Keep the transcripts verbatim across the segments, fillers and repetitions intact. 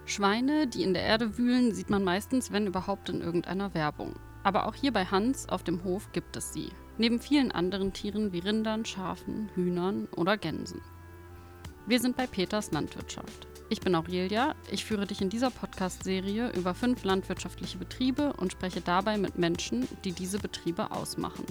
Schweine, die in der Erde wühlen, sieht man meistens, wenn überhaupt, in irgendeiner Werbung. Aber auch hier bei Hans auf dem Hof gibt es sie. Neben vielen anderen Tieren wie Rindern, Schafen, Hühnern oder Gänsen. Wir sind bei Peters Landwirtschaft. Ich bin Aurelia, ich führe dich in dieser Podcast-Serie über fünf landwirtschaftliche Betriebe und spreche dabei mit Menschen, die diese Betriebe ausmachen.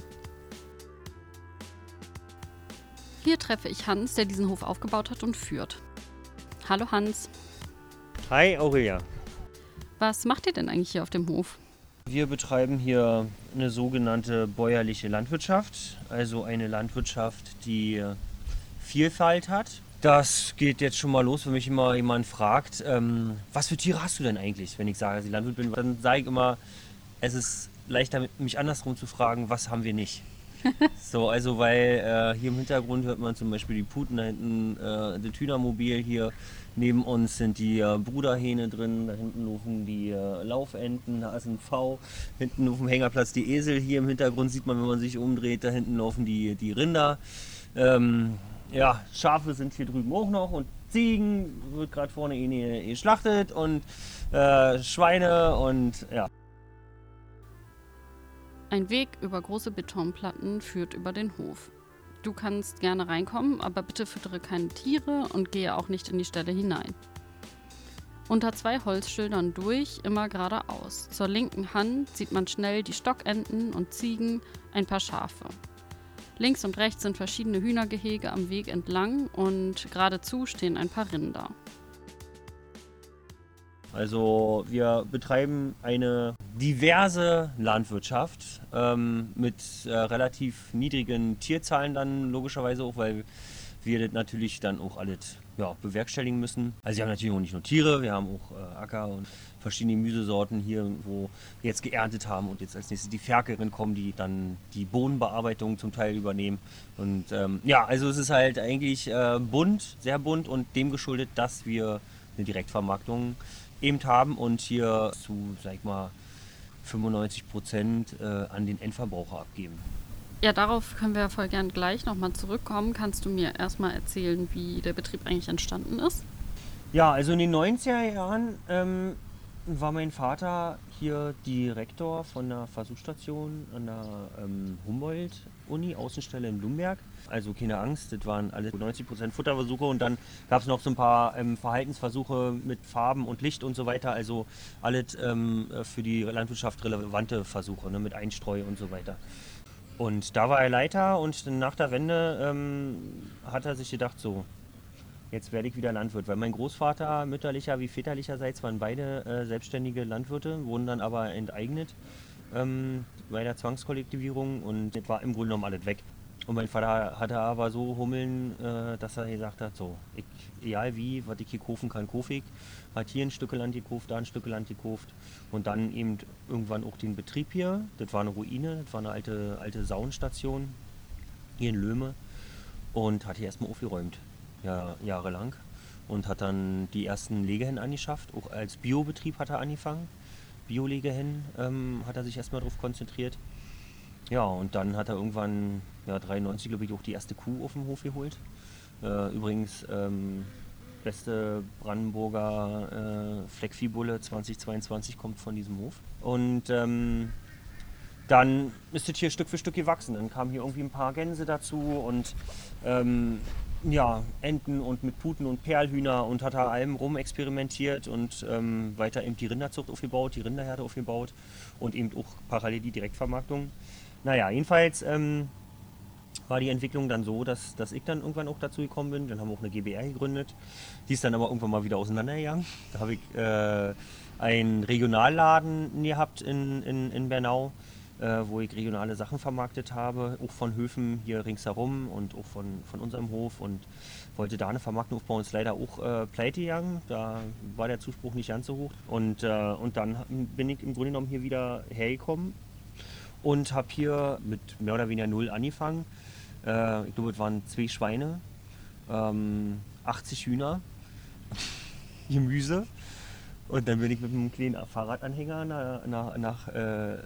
Hier treffe ich Hans, der diesen Hof aufgebaut hat und führt. Hallo Hans. Hi Aurelia. Was macht ihr denn eigentlich hier auf dem Hof? Wir betreiben hier eine sogenannte bäuerliche Landwirtschaft, also eine Landwirtschaft, die Vielfalt hat. Das geht jetzt schon mal los, wenn mich immer jemand fragt, ähm, was für Tiere hast du denn eigentlich, wenn ich sage, dass ich Landwirt bin. Dann sage ich immer, es ist leichter, mich andersrum zu fragen, was haben wir nicht. So, also weil äh, hier im Hintergrund hört man zum Beispiel die Puten, da hinten äh, das Hühnermobil, hier neben uns sind die äh, Bruderhähne drin, da hinten laufen die äh, Laufenten, da ist ein V, hinten auf dem Hängerplatz die Esel, hier im Hintergrund sieht man, wenn man sich umdreht, da hinten laufen die, die Rinder. Ähm, ja, Schafe sind hier drüben auch noch und Ziegen, wird gerade vorne eh geschlachtet und äh, Schweine und ja. Ein Weg über große Betonplatten führt über den Hof. Du kannst gerne reinkommen, aber bitte füttere keine Tiere und gehe auch nicht in die Ställe hinein. Unter zwei Holzschildern durch, immer geradeaus. Zur linken Hand sieht man schnell die Stockenten und Ziegen, ein paar Schafe. Links und rechts sind verschiedene Hühnergehege am Weg entlang und geradezu stehen ein paar Rinder. Also wir betreiben eine diverse Landwirtschaft ähm, mit äh, relativ niedrigen Tierzahlen dann logischerweise auch, weil wir das natürlich dann auch alles ja, bewerkstelligen müssen. Also wir haben natürlich auch nicht nur Tiere, wir haben auch äh, Acker und verschiedene Gemüsesorten hier, wo wir jetzt geerntet haben und jetzt als nächstes die Ferkerin kommen, die dann die Bohnenbearbeitung zum Teil übernehmen. Und ähm, ja, also es ist halt eigentlich äh, bunt, sehr bunt und dem geschuldet, dass wir eine Direktvermarktung eben haben und hier zu, sag ich mal, fünfundneunzig Prozent äh, an den Endverbraucher abgeben. Ja, darauf können wir voll gern gleich nochmal zurückkommen. Kannst du mir erstmal erzählen, wie der Betrieb eigentlich entstanden ist? Ja, also in den neunziger Jahren ähm, war mein Vater hier Direktor von der Versuchsstation an der ähm, Humboldt-Uni, Außenstelle in Blumberg. Also keine Angst, das waren alle neunzig Prozent Futterversuche und dann gab es noch so ein paar ähm, Verhaltensversuche mit Farben und Licht und so weiter. Also alles ähm, für die Landwirtschaft relevante Versuche, ne, mit Einstreu und so weiter. Und da war er Leiter und nach der Wende ähm, hat er sich gedacht, so, jetzt werde ich wieder Landwirt, weil mein Großvater mütterlicher wie väterlicherseits waren beide äh, selbstständige Landwirte, wurden dann aber enteignet ähm, bei der Zwangskollektivierung und das war im Grunde genommen alles weg. Und mein Vater hatte aber so Hummeln, äh, dass er gesagt hat, so, ich, egal wie, was ich hier kaufen kann, kaufe ich. Hat hier ein Stück Land gekauft, da ein Stück Land gekauft und dann eben irgendwann auch den Betrieb hier. Das war eine Ruine, das war eine alte, alte Saunstation hier in Löhme und hat hier erstmal aufgeräumt. Ja, jahrelang und hat dann die ersten Legehennen angeschafft. Auch als Biobetrieb hat er angefangen. Bio-Legehennen ähm, hat er sich erstmal darauf konzentriert. Ja, und dann hat er irgendwann, ja, dreiundneunzig glaube ich, auch die erste Kuh auf dem Hof geholt. Äh, übrigens, ähm, beste Brandenburger äh, Fleckviehbulle zweitausendzweiundzwanzig kommt von diesem Hof. Und ähm, dann ist das hier Stück für Stück gewachsen. Dann kamen hier irgendwie ein paar Gänse dazu und ähm, ja, Enten und mit Puten und Perlhühner und hat da allem rum experimentiert und ähm, weiter eben die Rinderzucht aufgebaut, die Rinderherde aufgebaut und eben auch parallel die Direktvermarktung. Naja, jedenfalls ähm, war die Entwicklung dann so, dass, dass ich dann irgendwann auch dazu gekommen bin. Dann haben wir auch eine GbR gegründet. Die ist dann aber irgendwann mal wieder auseinandergegangen. Da habe ich äh, einen Regionalladen gehabt in, in, in Bernau, äh, wo ich regionale Sachen vermarktet habe, auch von Höfen hier ringsherum und auch von, von unserem Hof und wollte da eine Vermarktung aufbauen. Ist leider auch äh, pleite gegangen, da war der Zuspruch nicht ganz so hoch. Und, äh, und dann bin ich im Grunde genommen hier wieder hergekommen und habe hier mit mehr oder weniger null angefangen. Äh, ich glaube, es waren zwei Schweine, ähm, achtzig Hühner, Gemüse. Und dann bin ich mit einem kleinen Fahrradanhänger nach, nach, nach äh,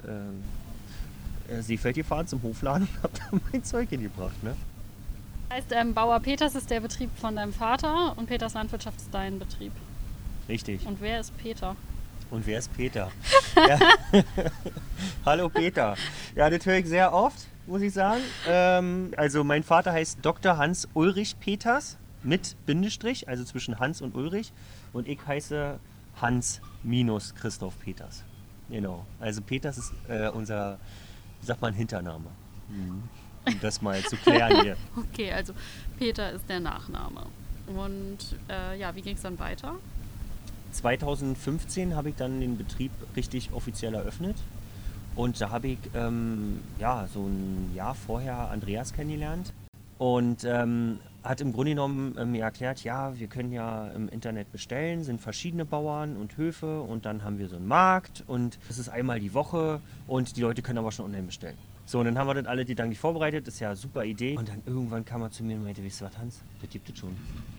äh, Seefeld gefahren zum Hofladen und habe da mein Zeug hingebracht. Ne? Das heißt, ähm, Bauer Peters ist der Betrieb von deinem Vater und Peters Landwirtschaft ist dein Betrieb. richtig. Und wer ist Peter? Und wer ist Peter? Ja. Hallo Peter. Ja, das höre ich sehr oft, muss ich sagen. Ähm, also mein Vater heißt Doktor Hans Ulrich Peters mit Bindestrich, also zwischen Hans und Ulrich. Und ich heiße Hans minus Christoph Peters. Genau. Also Peters ist äh, unser, wie sagt man, Hintername. Mhm. Um das mal zu klären hier. Okay, also Peter ist der Nachname. Und äh, ja, wie ging es dann weiter? zweitausendfünfzehn habe ich dann den Betrieb richtig offiziell eröffnet. Und da habe ich ähm, ja, so ein Jahr vorher Andreas kennengelernt. Und ähm, hat im Grunde genommen äh, mir erklärt, ja, wir können ja im Internet bestellen, sind verschiedene Bauern und Höfe und dann haben wir so einen Markt und das ist einmal die Woche und die Leute können aber schon online bestellen. So, und dann haben wir das alle gedanklich vorbereitet, das ist ja eine super Idee. Und dann irgendwann kam er zu mir und meinte, weißt du was, Hans, das gibt es schon.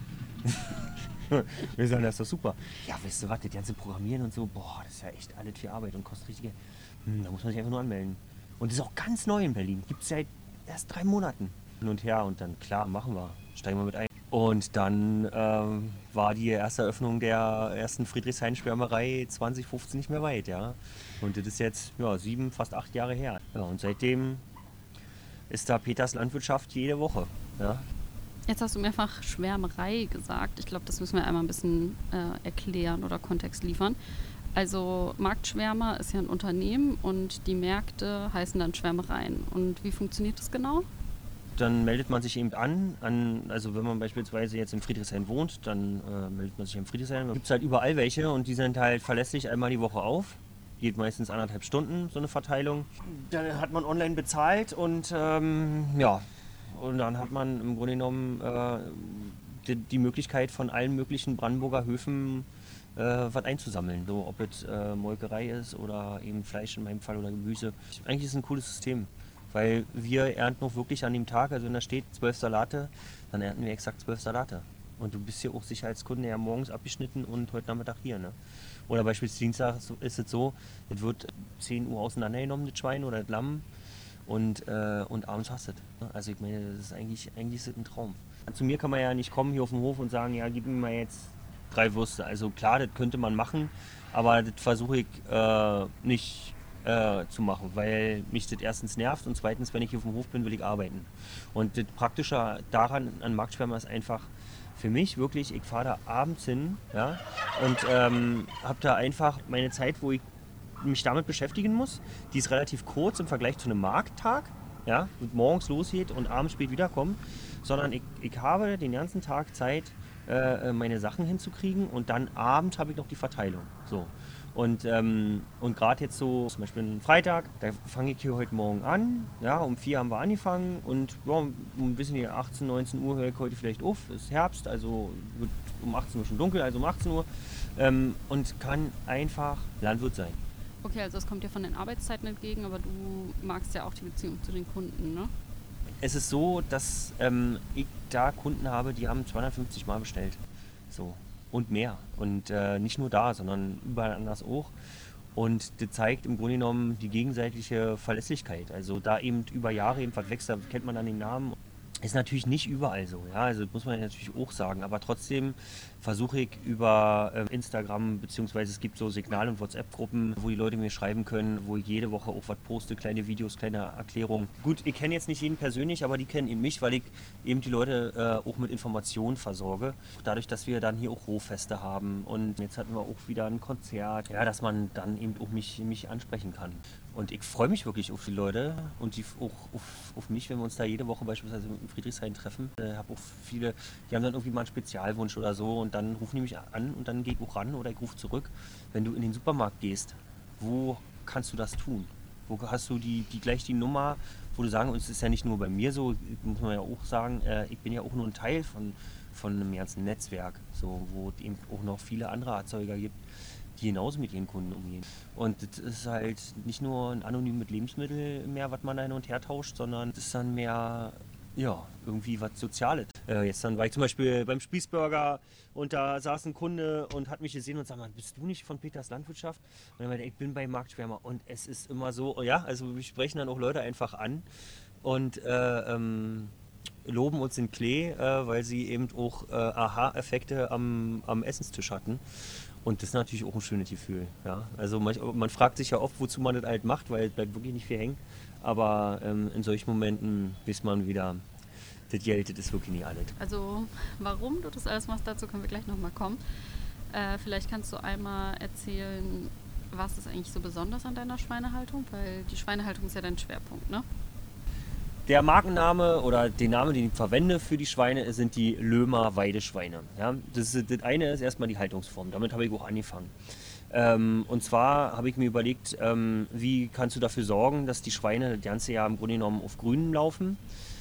Wir sagen, das ist doch super. Ja, weißt du was, das ganze Programmieren und so, boah, das ist ja echt alles viel Arbeit und kostet richtig Geld. Hm, da muss man sich einfach nur anmelden. Und das ist auch ganz neu in Berlin, gibt es seit erst drei Monaten. Hin und her und dann, klar, machen wir, steigen wir mit ein. Und dann ähm, war die erste Eröffnung der ersten Friedrichshain-Schwärmerei zwanzig fünfzehn nicht mehr weit, ja. Und das ist jetzt ja, sieben, fast acht Jahre her. Ja, und seitdem ist da Peters Landwirtschaft jede Woche, ja. Jetzt hast du mehrfach Schwärmerei gesagt. Ich glaube, das müssen wir einmal ein bisschen äh, erklären oder Kontext liefern. Also Marktschwärmer ist ja ein Unternehmen und die Märkte heißen dann Schwärmereien. Und wie funktioniert das genau? Dann meldet man sich eben an, an also wenn man beispielsweise jetzt in Friedrichshain wohnt, dann äh, meldet man sich in Friedrichshain. Da gibt es halt überall welche und die sind halt verlässlich einmal die Woche auf. Geht meistens anderthalb Stunden, so eine Verteilung. Dann hat man online bezahlt und ähm, ja, und dann hat man im Grunde genommen äh, die, die Möglichkeit von allen möglichen Brandenburger Höfen äh, was einzusammeln. So, ob es äh, Molkerei ist oder eben Fleisch in meinem Fall oder Gemüse. Eigentlich ist es ein cooles System. Weil wir ernten auch wirklich an dem Tag, also wenn da steht zwölf Salate, dann ernten wir exakt zwölf Salate. Und du bist hier auch Sicherheitskunde ja morgens abgeschnitten und heute Nachmittag hier. Ne? Oder beispielsweise Dienstag ist es so, es wird zehn Uhr auseinandergenommen, das Schwein oder das Lamm, und, äh, und abends hast du es. Ne? Also ich meine, das ist eigentlich, eigentlich ist das ein Traum. Zu mir kann man ja nicht kommen hier auf dem Hof und sagen, ja, gib mir mal jetzt drei Würste. Also klar, das könnte man machen, aber das versuche ich äh, nicht äh, zu machen, weil mich das erstens nervt und zweitens, wenn ich hier auf dem Hof bin, will ich arbeiten. Und das Praktische daran an Marktschwärmer ist einfach für mich wirklich, ich fahre da abends hin, ja, und ähm, habe da einfach meine Zeit, wo ich mich damit beschäftigen muss. Die ist relativ kurz im Vergleich zu einem Markttag, ja, und morgens losgeht und abends spät wiederkommt, sondern ich, ich habe den ganzen Tag Zeit, äh, meine Sachen hinzukriegen und dann abends habe ich noch die Verteilung. So. Und, ähm, und gerade jetzt so, zum Beispiel einen Freitag, da fange ich hier heute Morgen an. Ja, um vier haben wir angefangen und ja, um ein bisschen die achtzehn, neunzehn Uhr höre ich heute vielleicht auf. Es ist Herbst, also wird um achtzehn Uhr schon dunkel, also um achtzehn Uhr. Ähm, und kann einfach Landwirt sein. Okay, also es kommt dir von den Arbeitszeiten entgegen, aber du magst ja auch die Beziehung zu den Kunden, ne? Es ist so, dass ähm, ich da Kunden habe, die haben zweihundertfünfzig Mal bestellt. So. Und mehr. Und äh, nicht nur da, sondern überall anders auch. Und das zeigt im Grunde genommen die gegenseitige Verlässlichkeit. Also da eben über Jahre eben was wächst, da kennt man dann den Namen. Ist natürlich nicht überall so, ja, also muss man natürlich auch sagen, aber trotzdem versuche ich über äh, Instagram, beziehungsweise es gibt so Signal- und WhatsApp-Gruppen, wo die Leute mir schreiben können, wo ich jede Woche auch was poste, kleine Videos, kleine Erklärungen. Gut, ich kenne jetzt nicht jeden persönlich, aber die kennen eben mich, weil ich eben die Leute äh, auch mit Informationen versorge. Dadurch, dass wir dann hier auch Hoffeste haben und jetzt hatten wir auch wieder ein Konzert, ja, dass man dann eben auch mich, mich ansprechen kann. Und ich freue mich wirklich auf die Leute und die auch auf, auf mich, wenn wir uns da jede Woche beispielsweise in Friedrichshain treffen. Ich habe auch viele, die haben dann irgendwie mal einen Spezialwunsch oder so und dann rufen die mich an und dann gehe ich auch ran oder ich rufe zurück. Wenn du in den Supermarkt gehst, wo kannst du das tun? Wo hast du die, die gleich die Nummer, wo du sagen, und es ist ja nicht nur bei mir so, muss man ja auch sagen, äh, ich bin ja auch nur ein Teil von, von einem ganzen Netzwerk, so, wo es eben auch noch viele andere Erzeuger gibt, die genauso mit ihren Kunden umgehen. Und das ist halt nicht nur ein anonymes Lebensmittel mehr, was man da hin und her tauscht, sondern es ist dann mehr, ja, irgendwie was Soziales. Äh, jetzt dann war ich zum Beispiel beim Spießburger und da saß ein Kunde und hat mich gesehen und sagt, bist du nicht von Peters Landwirtschaft? Und er meinte, ich bin bei Marktschwärmer. Und es ist immer so, ja, also wir sprechen dann auch Leute einfach an und äh, ähm, loben uns in Klee, äh, weil sie eben auch äh, Aha-Effekte am, am Essenstisch hatten. Und das ist natürlich auch ein schönes Gefühl. Ja? Also man, man fragt sich ja oft, wozu man das halt macht, weil es bleibt wirklich nicht viel hängen. Aber ähm, in solchen Momenten weiß man wieder, das Geld, das ist wirklich nicht alles. Also warum du das alles machst, dazu können wir gleich nochmal kommen. Äh, vielleicht kannst du einmal erzählen, was ist eigentlich so besonders an deiner Schweinehaltung? Weil die Schweinehaltung ist ja dein Schwerpunkt, ne? Der Markenname oder den Namen, den ich verwende für die Schweine, sind die Lömer Weideschweine. Ja, das, ist, das eine ist erstmal die Haltungsform. Damit habe ich auch angefangen. Ähm, und zwar habe ich mir überlegt, ähm, wie kannst du dafür sorgen, dass die Schweine das ganze Jahr im Grunde genommen auf Grünen laufen.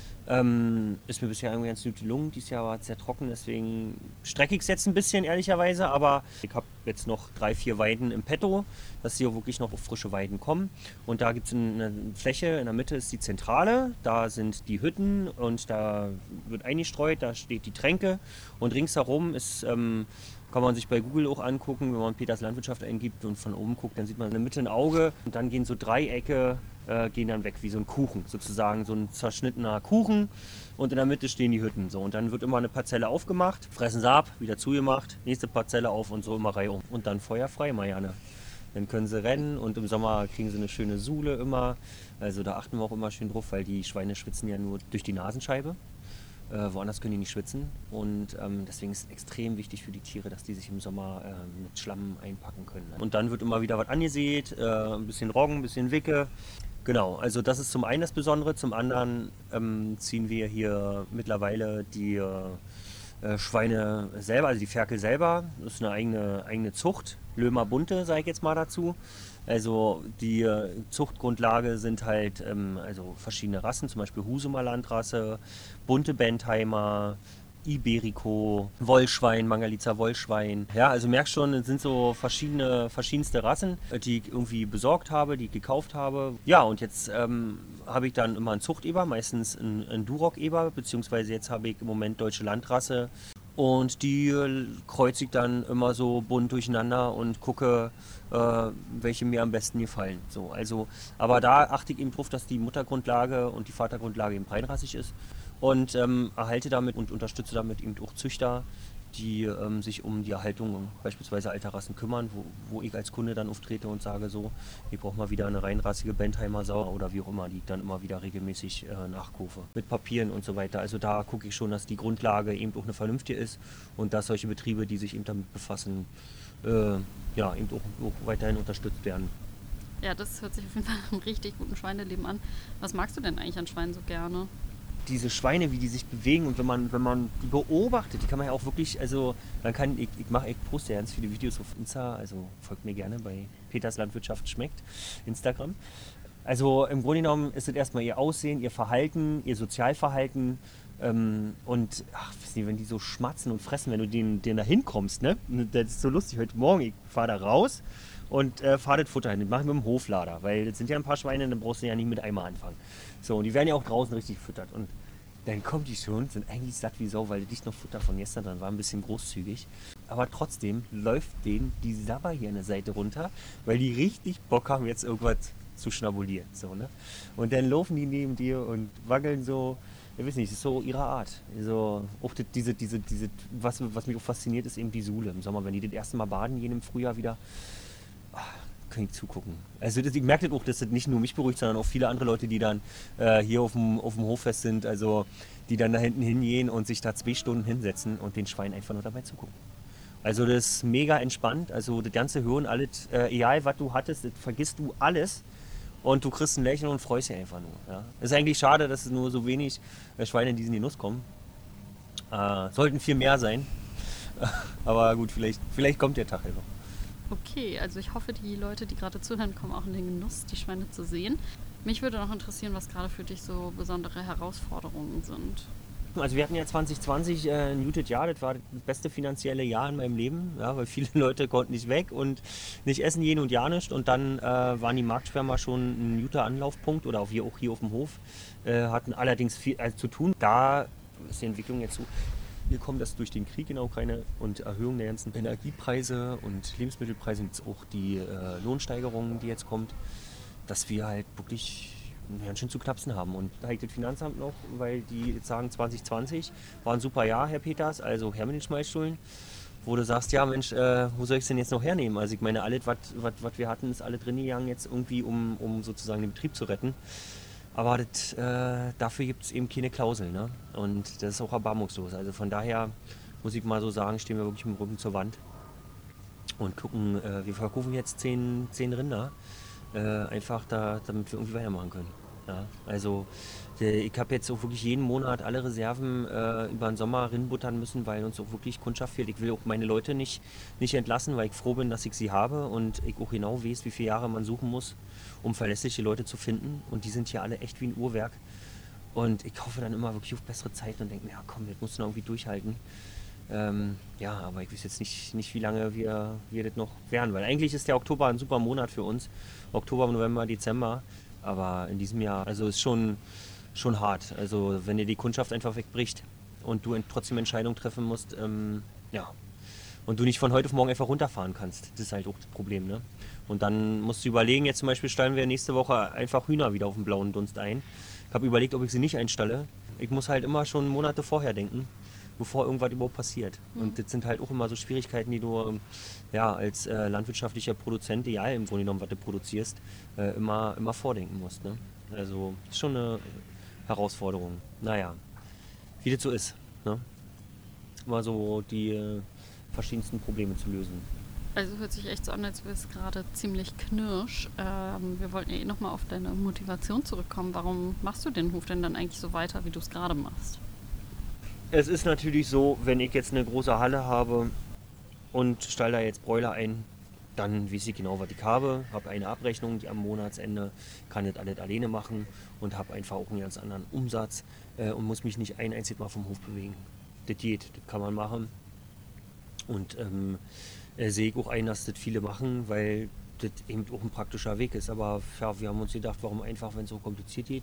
Ähm, ist mir bisher irgendwie ganz gut gelungen. Dieses Jahr war es sehr trocken, deswegen strecke ich es jetzt ein bisschen, ehrlicherweise. Aber ich habe jetzt noch drei, vier Weiden im Petto, dass sie auch wirklich noch auf frische Weiden kommen. Und da gibt es eine Fläche, in der Mitte ist die Zentrale, da sind die Hütten und da wird eingestreut, da steht die Tränke. Und ringsherum ist... Ähm, kann man sich bei Google auch angucken, wenn man Peters Landwirtschaft eingibt und von oben guckt, dann sieht man in der Mitte ein Auge und dann gehen so Dreiecke, äh, gehen dann weg, wie so ein Kuchen, sozusagen so ein zerschnittener Kuchen und in der Mitte stehen die Hütten. So. Und dann wird immer eine Parzelle aufgemacht, fressen sie ab, wieder zugemacht, nächste Parzelle auf und so immer Reihe um. Und dann feuerfrei, Marianne. Dann können sie rennen und im Sommer kriegen sie eine schöne Sule immer. Also da achten wir auch immer schön drauf, weil die Schweine schwitzen ja nur durch die Nasenscheibe. Äh, woanders können die nicht schwitzen und ähm, deswegen ist es extrem wichtig für die Tiere, dass die sich im Sommer äh, mit Schlamm einpacken können. Und dann wird immer wieder was angesät, äh, ein bisschen Roggen, ein bisschen Wicke. Genau, also das ist zum einen das Besondere, zum anderen ähm, ziehen wir hier mittlerweile die äh, Schweine selber, also die Ferkel selber. Das ist eine eigene, eigene Zucht, Lömer Bunte, sage ich jetzt mal dazu. Also die äh, Zuchtgrundlage sind halt ähm, also verschiedene Rassen, zum Beispiel Husumer Landrasse, bunte Bentheimer, Iberico, Wollschwein, Mangalitzer Wollschwein. Ja, also merkst schon, es sind so verschiedene, verschiedenste Rassen, die ich irgendwie besorgt habe, die ich gekauft habe. Ja, und jetzt ähm, habe ich dann immer einen Zuchteber, meistens einen, einen Duroc-Eber, beziehungsweise jetzt habe ich im Moment deutsche Landrasse. Und die kreuze ich dann immer so bunt durcheinander und gucke, äh, welche mir am besten gefallen. So, also, aber da achte ich eben drauf, dass die Muttergrundlage und die Vatergrundlage eben reinrassig ist. Und ähm, erhalte damit und unterstütze damit eben auch Züchter, die ähm, sich um die Erhaltung beispielsweise alter Rassen kümmern, wo, wo ich als Kunde dann auftrete und sage so, ich brauche mal wieder eine reinrassige Bentheimer Sau oder wie auch immer, die ich dann immer wieder regelmäßig äh, nachkaufe. Mit Papieren und so weiter. Also da gucke ich schon, dass die Grundlage eben auch eine vernünftige ist und dass solche Betriebe, die sich eben damit befassen, äh, ja, eben auch, auch weiterhin unterstützt werden. Ja, das hört sich auf jeden Fall nach einem richtig guten Schweineleben an. Was magst du denn eigentlich an Schweinen so gerne? Diese Schweine, wie die sich bewegen und wenn man, wenn man die beobachtet, die kann man ja auch wirklich, also man kann, ich, ich mache, ich poste ja ganz viele Videos auf Insta, also folgt mir gerne bei Peters Landwirtschaft schmeckt, Instagram. Also im Grunde genommen ist es erstmal ihr Aussehen, ihr Verhalten, ihr Sozialverhalten ähm, und ach, wenn die so schmatzen und fressen, wenn du denen, denen da hinkommst, ne? Das ist so lustig, heute Morgen, ich fahre da raus und äh, fahre das Futter hin, das mache ich mit dem Hoflader, weil das sind ja ein paar Schweine, dann brauchst du ja nicht mit Eimer anfangen. So, und die werden ja auch draußen richtig gefüttert. Und dann kommen die schon, sind eigentlich satt wie Sau, weil das nicht noch Futter von gestern dran war, ein bisschen großzügig. Aber trotzdem läuft denen die Sabber hier an der Seite runter, weil die richtig Bock haben, jetzt irgendwas zu schnabulieren. So, ne? Und dann laufen die neben dir und wackeln so, ich weiß nicht, das ist so ihre Art. So, auch das, diese, diese, diese, was, was mich auch fasziniert, ist eben die Sule im Sommer, wenn die das erste Mal baden gehen im Frühjahr wieder. Kann ich zugucken. Also das, ich merke das auch, dass das nicht nur mich beruhigt, sondern auch viele andere Leute, die dann äh, hier auf dem, auf dem Hoffest sind, also die dann da hinten hingehen und sich da zwei Stunden hinsetzen und den Schweinen einfach nur dabei zugucken. Also das ist mega entspannt, also das ganze Hören, alles, äh, egal was du hattest, das vergisst du alles und du kriegst ein Lächeln und freust dich einfach nur. Ja. Ist eigentlich schade, dass es nur so wenig äh, Schweine in diesen Genuss kommen. Äh, sollten viel mehr sein, aber gut, vielleicht, vielleicht kommt der Tag ja noch. Okay, also ich hoffe, die Leute, die gerade zuhören, kommen auch in den Genuss, die Schweine zu sehen. Mich würde noch interessieren, was gerade für dich so besondere Herausforderungen sind. Also wir hatten ja zwanzig zwanzig äh, ein gutes Jahr, das war das beste finanzielle Jahr in meinem Leben, ja, weil viele Leute konnten nicht weg und nicht essen gehen und ja nicht. Und dann äh, waren die Marktschwärmer schon ein guter Anlaufpunkt oder auch hier, auch hier auf dem Hof, äh, hatten allerdings viel äh, zu tun. Da ist die Entwicklung jetzt so gekommen, dass durch den Krieg in der Ukraine und Erhöhung der ganzen Energiepreise und Lebensmittelpreise und jetzt auch die äh, Lohnsteigerungen, die jetzt kommt, dass wir halt wirklich ganz schön zu knapsen haben. Und da hängt das Finanzamt noch, weil die jetzt sagen, zwanzig zwanzig war ein super Jahr, Herr Peters, also her mit den Schmalzstullen. wo du sagst, ja Mensch, äh, wo soll ich es denn jetzt noch hernehmen? Also ich meine, alles, was wir hatten, ist alle drin gegangen jetzt irgendwie, um, um sozusagen den Betrieb zu retten. Aber das, äh, dafür gibt es eben keine Klausel, ne? Und das ist auch erbarmungslos. Also von daher muss ich mal so sagen, stehen wir wirklich mit dem Rücken zur Wand und gucken, äh, wir verkaufen jetzt zehn, zehn Rinder, äh, einfach da, damit wir irgendwie weitermachen können. Ja? Also äh, ich habe jetzt auch wirklich jeden Monat alle Reserven äh, über den Sommer rinbuttern müssen, weil uns auch wirklich Kundschaft fehlt. Ich will auch meine Leute nicht, nicht entlassen, weil ich froh bin, dass ich sie habe und ich auch genau weiß, wie viele Jahre man suchen muss, um verlässliche Leute zu finden. Und die sind hier alle echt wie ein Uhrwerk. Und ich hoffe dann immer wirklich auf bessere Zeiten und denke mir, ja komm, das musst du noch irgendwie durchhalten. Ähm, ja, aber ich weiß jetzt nicht, nicht wie lange wir, wir das noch werden, weil eigentlich ist der Oktober ein super Monat für uns. Oktober, November, Dezember. Aber in diesem Jahr, also ist schon, schon hart. Also wenn dir die Kundschaft einfach wegbricht und du trotzdem Entscheidungen treffen musst, ähm, ja. Und du nicht von heute auf morgen einfach runterfahren kannst. Das ist halt auch das Problem, ne? Und dann musst du überlegen, jetzt zum Beispiel stellen wir nächste Woche einfach Hühner wieder auf den blauen Dunst ein. Ich habe überlegt, ob ich sie nicht einstalle. Ich muss halt immer schon Monate vorher denken, bevor irgendwas überhaupt passiert. Mhm. Und das sind halt auch immer so Schwierigkeiten, die du ja, als äh, landwirtschaftlicher Produzent, egal im Grunde genommen, was du produzierst, äh, immer, immer vordenken musst. Ne? Also ist schon eine Herausforderung. Naja, wie das so ist. Ne? Immer so die äh, verschiedensten Probleme zu lösen. Also hört sich echt so an, als wäre es gerade ziemlich knirsch. Ähm, wir wollten ja eh nochmal auf deine Motivation zurückkommen. Warum machst du den Hof denn dann eigentlich so weiter, wie du es gerade machst? Es ist natürlich so, wenn ich jetzt eine große Halle habe und stelle da jetzt Broiler ein, dann weiß ich genau, was ich habe, habe eine Abrechnung, die am Monatsende kann das alles alleine machen und habe einfach auch einen ganz anderen Umsatz äh, und muss mich nicht ein einziges Mal vom Hof bewegen. Das geht, das kann man machen. Und ähm, äh, sehe ich auch ein, dass das viele machen, weil das eben auch ein praktischer Weg ist. Aber ja, wir haben uns gedacht, warum einfach, wenn es so kompliziert geht.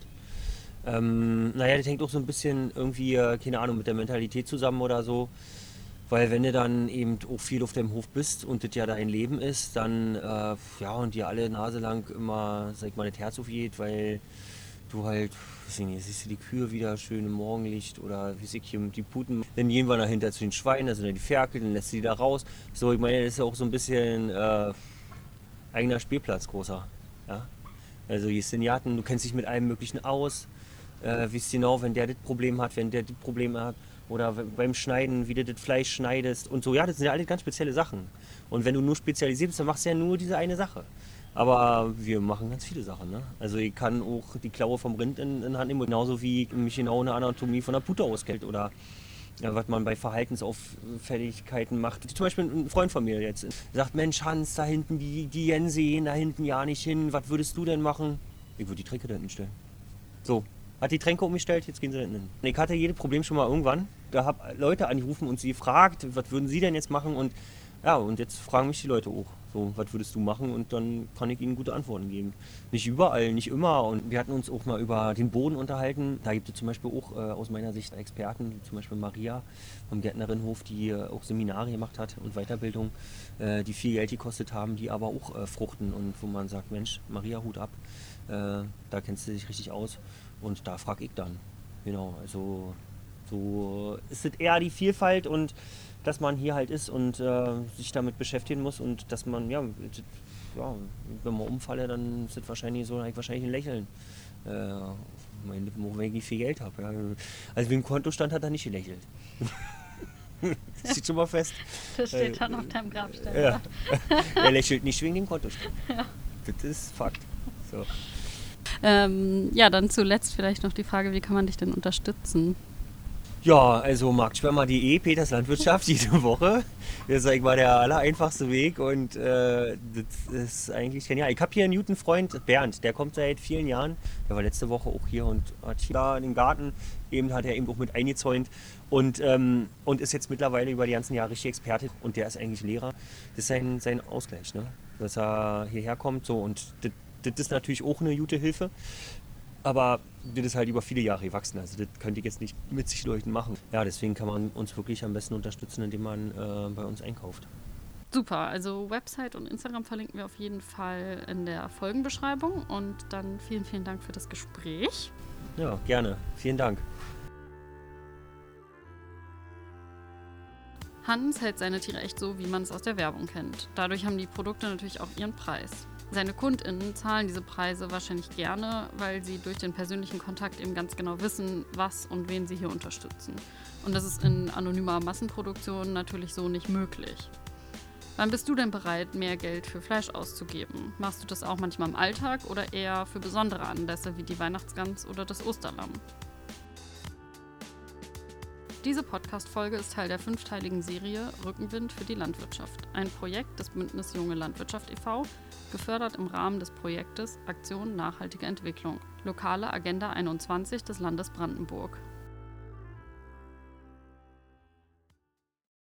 Ähm, naja, das hängt auch so ein bisschen irgendwie, äh, keine Ahnung, mit der Mentalität zusammen oder so. Weil wenn du dann eben auch viel auf deinem Hof bist und das ja dein Leben ist, dann, äh, ja, und dir alle Nase lang immer, sag ich mal, das Herz aufgeht, weil du halt, weiß ich nicht, siehst du die Kühe wieder schön im Morgenlicht oder wie ich hier die Puten. Dann gehen wir dahinter zu den Schweinen, da sind dann die Ferkel, dann lässt du die da raus. So, ich meine, das ist ja auch so ein bisschen äh, eigener Spielplatz, großer. Ja? Also hier ist den Garten, du kennst dich mit allem Möglichen aus. Äh, weißt genau, wenn der das Problem hat, wenn der das Problem hat. Oder beim Schneiden, wie du das Fleisch schneidest und so. Ja, das sind ja alle ganz spezielle Sachen. Und wenn du nur spezialisiert bist, dann machst du ja nur diese eine Sache. Aber wir machen ganz viele Sachen. Ne? Also ich kann auch die Klaue vom Rind in, in Hand nehmen, genauso wie ich mich genau eine Anatomie von der Pute auskennt. Oder ja, was man bei Verhaltensauffälligkeiten macht. Zum Beispiel ein Freund von mir jetzt sagt, Mensch Hans, da hinten die, die Jen sehen, da hinten ja nicht hin. Was würdest du denn machen? Ich würde die Tränke da hinten stellen. So. Hat die Tränke umgestellt, jetzt gehen sie da hinten hin. Ich hatte jedes Problem schon mal irgendwann. Da habe Leute angerufen und sie gefragt, was würden sie denn jetzt machen? Und ja, und jetzt fragen mich die Leute auch, so, was würdest du machen? Und dann kann ich ihnen gute Antworten geben. Nicht überall, nicht immer. Und wir hatten uns auch mal über den Boden unterhalten. Da gibt es zum Beispiel auch äh, aus meiner Sicht Experten, wie zum Beispiel Maria vom Gärtnerinnenhof, die äh, auch Seminare gemacht hat und Weiterbildung, äh, die viel Geld gekostet haben, die aber auch äh, fruchten. Und wo man sagt, Mensch, Maria, Hut ab, äh, da kennst du dich richtig aus. Und da frage ich dann. Genau, also so ist es eher die Vielfalt und dass man hier halt ist und äh, sich damit beschäftigen muss und dass man, ja, ja, wenn man umfalle, dann ist es wahrscheinlich so, ich wahrscheinlich ein Lächeln. Äh, meine Lippen, wenn ich nicht viel Geld habe. Ja. Also wegen Kontostand hat er nicht gelächelt. Das steht schon mal fest. Das steht dann auf deinem Grabstein. Ja. Er lächelt nicht wegen dem Kontostand. Ja. Das ist Fakt. So. Ähm, ja, dann zuletzt vielleicht noch die Frage, wie kann man dich denn unterstützen? Ja, also marktschwärmer punkt de, Peters Landwirtschaft, jede Woche. Das ist, sag ich mal, der allereinfachste Weg und äh, das ist eigentlich genial. Ich habe hier einen guten Freund, Bernd, der kommt seit vielen Jahren. Der war letzte Woche auch hier und hat hier da den Garten, eben hat er eben auch mit eingezäunt und, ähm, und ist jetzt mittlerweile über die ganzen Jahre richtig Experte und der ist eigentlich Lehrer. Das ist sein, sein Ausgleich, ne? Dass er hierher kommt so und das, das ist natürlich auch eine gute Hilfe. Aber das ist halt über viele Jahre gewachsen. Also das könnte ich jetzt nicht mit sich Leuten machen. Ja, deswegen kann man uns wirklich am besten unterstützen, indem man äh, bei uns einkauft. Super, also Website und Instagram verlinken wir auf jeden Fall in der Folgenbeschreibung. Und dann vielen, vielen Dank für das Gespräch. Ja, gerne. Vielen Dank. Hans hält seine Tiere echt so, wie man es aus der Werbung kennt. Dadurch haben die Produkte natürlich auch ihren Preis. Seine KundInnen zahlen diese Preise wahrscheinlich gerne, weil sie durch den persönlichen Kontakt eben ganz genau wissen, was und wen sie hier unterstützen. Und das ist in anonymer Massenproduktion natürlich so nicht möglich. Wann bist du denn bereit, mehr Geld für Fleisch auszugeben? Machst du das auch manchmal im Alltag oder eher für besondere Anlässe wie die Weihnachtsgans oder das Osterlamm? Diese Podcast-Folge ist Teil der fünfteiligen Serie Rückenwind für die Landwirtschaft, ein Projekt des Bündnis Junge Landwirtschaft e V, gefördert im Rahmen des Projektes Aktion Nachhaltige Entwicklung, lokale Agenda einundzwanzig des Landes Brandenburg.